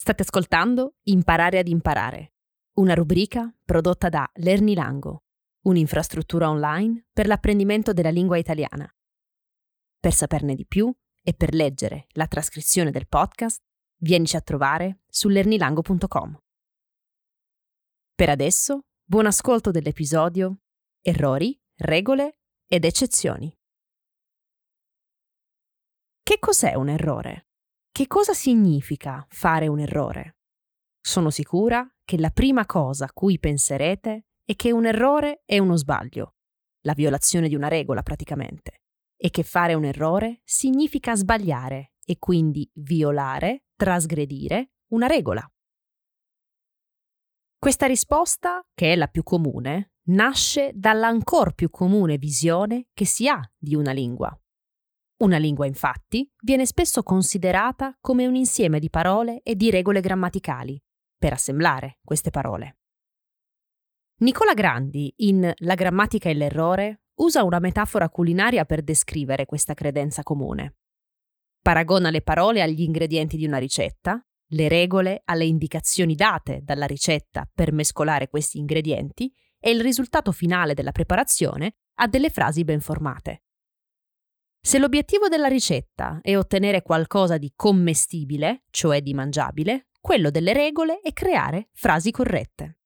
State ascoltando Imparare ad imparare, una rubrica prodotta da Lernilango, un'infrastruttura online per l'apprendimento della lingua italiana. Per saperne di più e per leggere la trascrizione del podcast, vienici a trovare su lernilango.com. Per adesso, buon ascolto dell'episodio Errori, regole ed eccezioni. Che cos'è un errore? Che cosa significa fare un errore? Sono sicura che la prima cosa a cui penserete è che un errore è uno sbaglio, la violazione di una regola praticamente, e che fare un errore significa sbagliare e quindi violare, trasgredire una regola. Questa risposta, che è la più comune, nasce dall'ancor più comune visione che si ha di una lingua. Una lingua, infatti, viene spesso considerata come un insieme di parole e di regole grammaticali, per assemblare queste parole. Nicola Grandi, in La grammatica e l'errore, usa una metafora culinaria per descrivere questa credenza comune. Paragona le parole agli ingredienti di una ricetta, le regole alle indicazioni date dalla ricetta per mescolare questi ingredienti e il risultato finale della preparazione a delle frasi ben formate. Se l'obiettivo della ricetta è ottenere qualcosa di commestibile, cioè di mangiabile, quello delle regole è creare frasi corrette.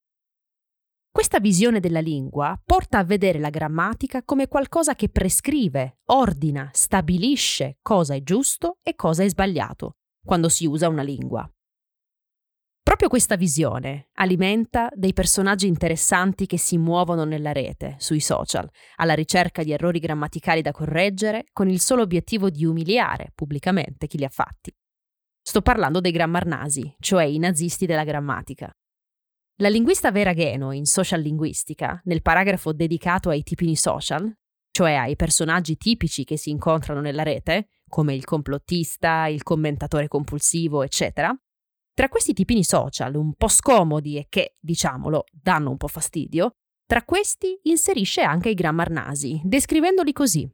Questa visione della lingua porta a vedere la grammatica come qualcosa che prescrive, ordina, stabilisce cosa è giusto e cosa è sbagliato quando si usa una lingua. Proprio questa visione alimenta dei personaggi interessanti che si muovono nella rete, sui social, alla ricerca di errori grammaticali da correggere con il solo obiettivo di umiliare pubblicamente chi li ha fatti. Sto parlando dei grammarnasi, cioè i nazisti della grammatica. La linguista Vera Gheno, in Social Linguistica, nel paragrafo dedicato ai tipini social, cioè ai personaggi tipici che si incontrano nella rete, come il complottista, il commentatore compulsivo, eccetera, tra questi tipini social un po' scomodi e che, diciamolo, danno un po' fastidio, tra questi inserisce anche i grammarnasi, descrivendoli così.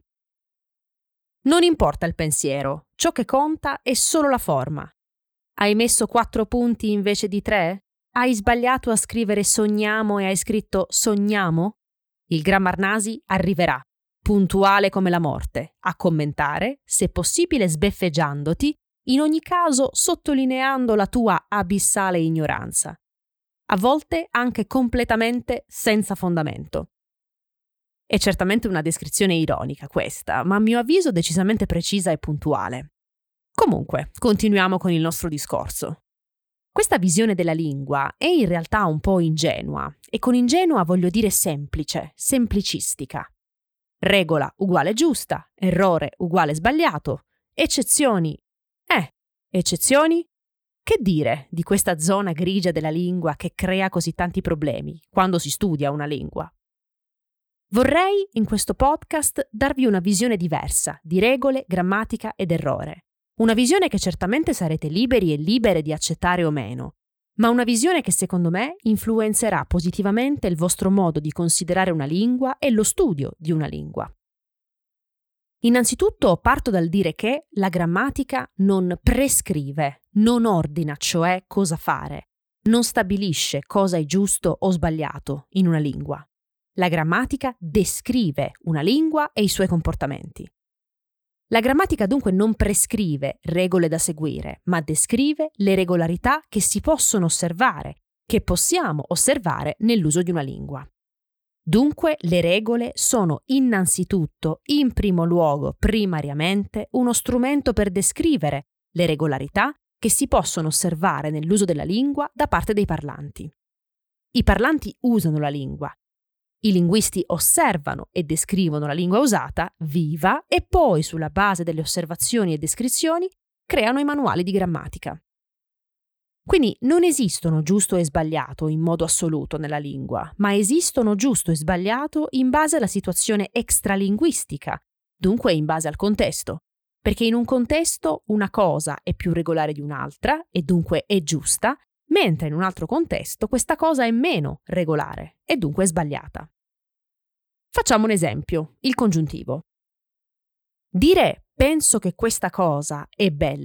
Non importa il pensiero, ciò che conta è solo la forma. Hai messo 4 punti invece di 3? Hai sbagliato a scrivere sogniamo e hai scritto sogniamo? Il grammarnasi arriverà, puntuale come la morte, a commentare, se possibile sbeffeggiandoti, in ogni caso sottolineando la tua abissale ignoranza, a volte anche completamente senza fondamento. È certamente una descrizione ironica questa, ma a mio avviso decisamente precisa e puntuale. Comunque, continuiamo con il nostro discorso. Questa visione della lingua è in realtà un po' ingenua, e con ingenua voglio dire semplice, semplicistica. Regola uguale giusta, errore uguale sbagliato, eccezioni. Eccezioni? Che dire di questa zona grigia della lingua che crea così tanti problemi quando si studia una lingua? Vorrei, in questo podcast, darvi una visione diversa di regole, grammatica ed errore. Una visione che certamente sarete liberi e libere di accettare o meno, ma una visione che secondo me influenzerà positivamente il vostro modo di considerare una lingua e lo studio di una lingua. Innanzitutto parto dal dire che la grammatica non prescrive, non ordina cioè cosa fare, non stabilisce cosa è giusto o sbagliato in una lingua. La grammatica descrive una lingua e i suoi comportamenti. La grammatica dunque non prescrive regole da seguire, ma descrive le regolarità che si possono osservare, che possiamo osservare nell'uso di una lingua. Dunque le regole sono innanzitutto, in primo luogo, primariamente, uno strumento per descrivere le regolarità che si possono osservare nell'uso della lingua da parte dei parlanti. I parlanti usano la lingua. I linguisti osservano e descrivono la lingua usata, viva, e poi, sulla base delle osservazioni e descrizioni, creano i manuali di grammatica. Quindi non esistono giusto e sbagliato in modo assoluto nella lingua, ma esistono giusto e sbagliato in base alla situazione extralinguistica, dunque in base al contesto, perché in un contesto una cosa è più regolare di un'altra e dunque è giusta, mentre in un altro contesto questa cosa è meno regolare e dunque è sbagliata. Facciamo un esempio, il congiuntivo. Dire penso che questa cosa è bella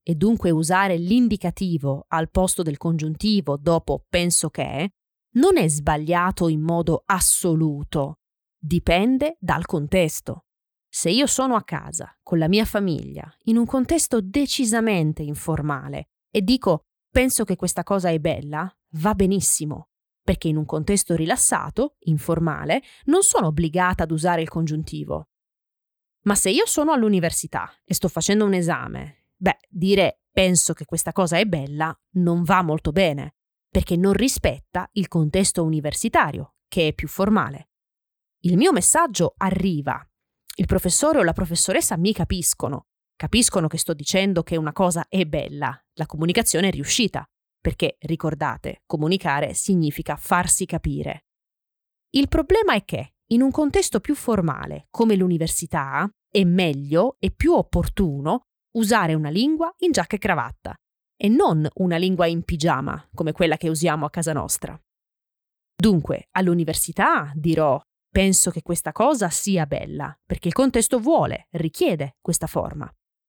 e dunque usare l'indicativo al posto del congiuntivo dopo penso che, non è sbagliato in modo assoluto. Dipende dal contesto. Se io sono a casa, con la mia famiglia, in un contesto decisamente informale e dico penso che questa cosa è bella, va benissimo, perché in un contesto rilassato, informale, non sono obbligata ad usare il congiuntivo. Ma se io sono all'università e sto facendo un esame, dire penso che questa cosa è bella non va molto bene, perché non rispetta il contesto universitario, che è più formale. Il mio messaggio arriva. Il professore o la professoressa mi capiscono che sto dicendo che una cosa è bella, la comunicazione è riuscita, perché, ricordate, comunicare significa farsi capire. Il problema è che, in un contesto più formale, come l'università, è meglio e più opportuno usare una lingua in giacca e cravatta, e non una lingua in pigiama, come quella che usiamo a casa nostra. Dunque, all'università dirò penso che questa cosa sia bella, perché il contesto richiede questa forma.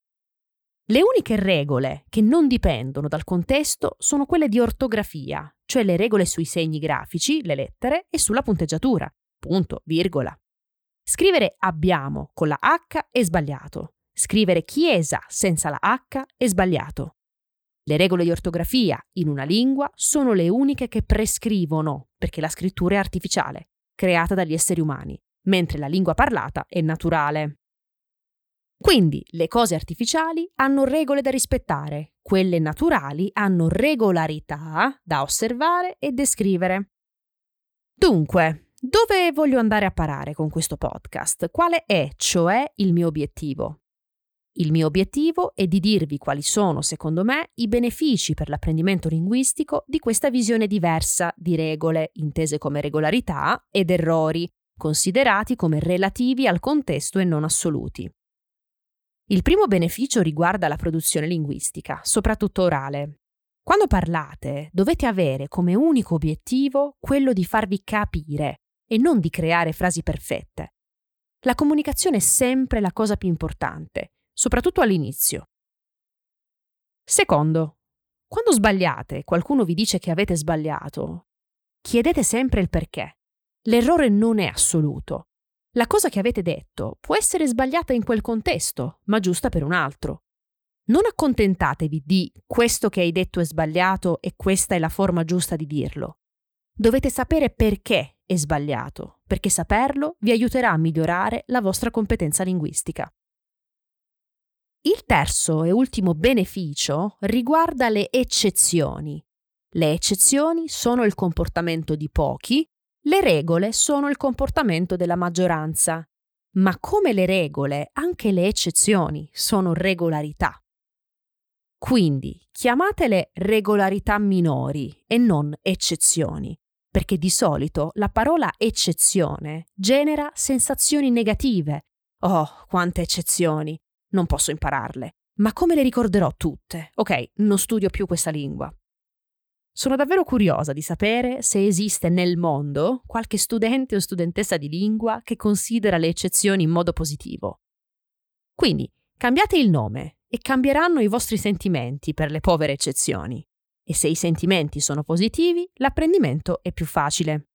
Le uniche regole che non dipendono dal contesto sono quelle di ortografia, cioè le regole sui segni grafici, le lettere, e sulla punteggiatura, punto, virgola. Scrivere abbiamo con la H è sbagliato. Scrivere chiesa senza la H è sbagliato. Le regole di ortografia in una lingua sono le uniche che prescrivono, perché la scrittura è artificiale, creata dagli esseri umani, mentre la lingua parlata è naturale. Quindi le cose artificiali hanno regole da rispettare, quelle naturali hanno regolarità da osservare e descrivere. Dunque, dove voglio andare a parare con questo podcast? Quale è, cioè, il mio obiettivo? Il mio obiettivo è di dirvi quali sono, secondo me, i benefici per l'apprendimento linguistico di questa visione diversa di regole, intese come regolarità, ed errori, considerati come relativi al contesto e non assoluti. Il primo beneficio riguarda la produzione linguistica, soprattutto orale. Quando parlate, dovete avere come unico obiettivo quello di farvi capire e non di creare frasi perfette. La comunicazione è sempre la cosa più importante, soprattutto all'inizio. Secondo, quando sbagliate e qualcuno vi dice che avete sbagliato, chiedete sempre il perché. L'errore non è assoluto. La cosa che avete detto può essere sbagliata in quel contesto, ma giusta per un altro. Non accontentatevi di questo che hai detto è sbagliato e questa è la forma giusta di dirlo. Dovete sapere perché è sbagliato, perché saperlo vi aiuterà a migliorare la vostra competenza linguistica. Il terzo e ultimo beneficio riguarda le eccezioni. Le eccezioni sono il comportamento di pochi, le regole sono il comportamento della maggioranza. Ma come le regole, anche le eccezioni sono regolarità. Quindi chiamatele regolarità minori e non eccezioni, perché di solito la parola eccezione genera sensazioni negative. Oh, quante eccezioni! Non posso impararle. Ma come le ricorderò tutte? Ok, non studio più questa lingua. Sono davvero curiosa di sapere se esiste nel mondo qualche studente o studentessa di lingua che considera le eccezioni in modo positivo. Quindi, cambiate il nome e cambieranno i vostri sentimenti per le povere eccezioni. E se i sentimenti sono positivi, l'apprendimento è più facile.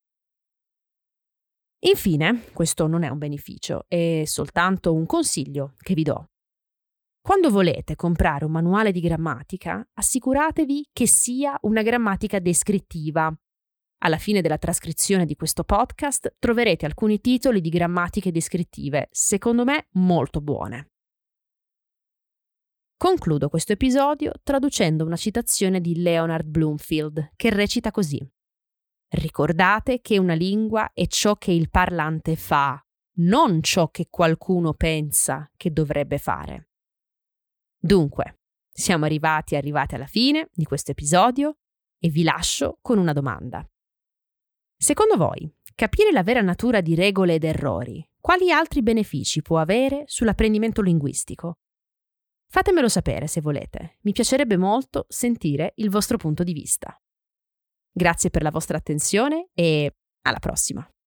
Infine, questo non è un beneficio, è soltanto un consiglio che vi do. Quando volete comprare un manuale di grammatica, assicuratevi che sia una grammatica descrittiva. Alla fine della trascrizione di questo podcast troverete alcuni titoli di grammatiche descrittive, secondo me molto buone. Concludo questo episodio traducendo una citazione di Leonard Bloomfield, che recita così: Ricordate che una lingua è ciò che il parlante fa, non ciò che qualcuno pensa che dovrebbe fare. Dunque, siamo arrivati alla fine di questo episodio e vi lascio con una domanda. Secondo voi, capire la vera natura di regole ed errori, quali altri benefici può avere sull'apprendimento linguistico? Fatemelo sapere se volete, mi piacerebbe molto sentire il vostro punto di vista. Grazie per la vostra attenzione e alla prossima!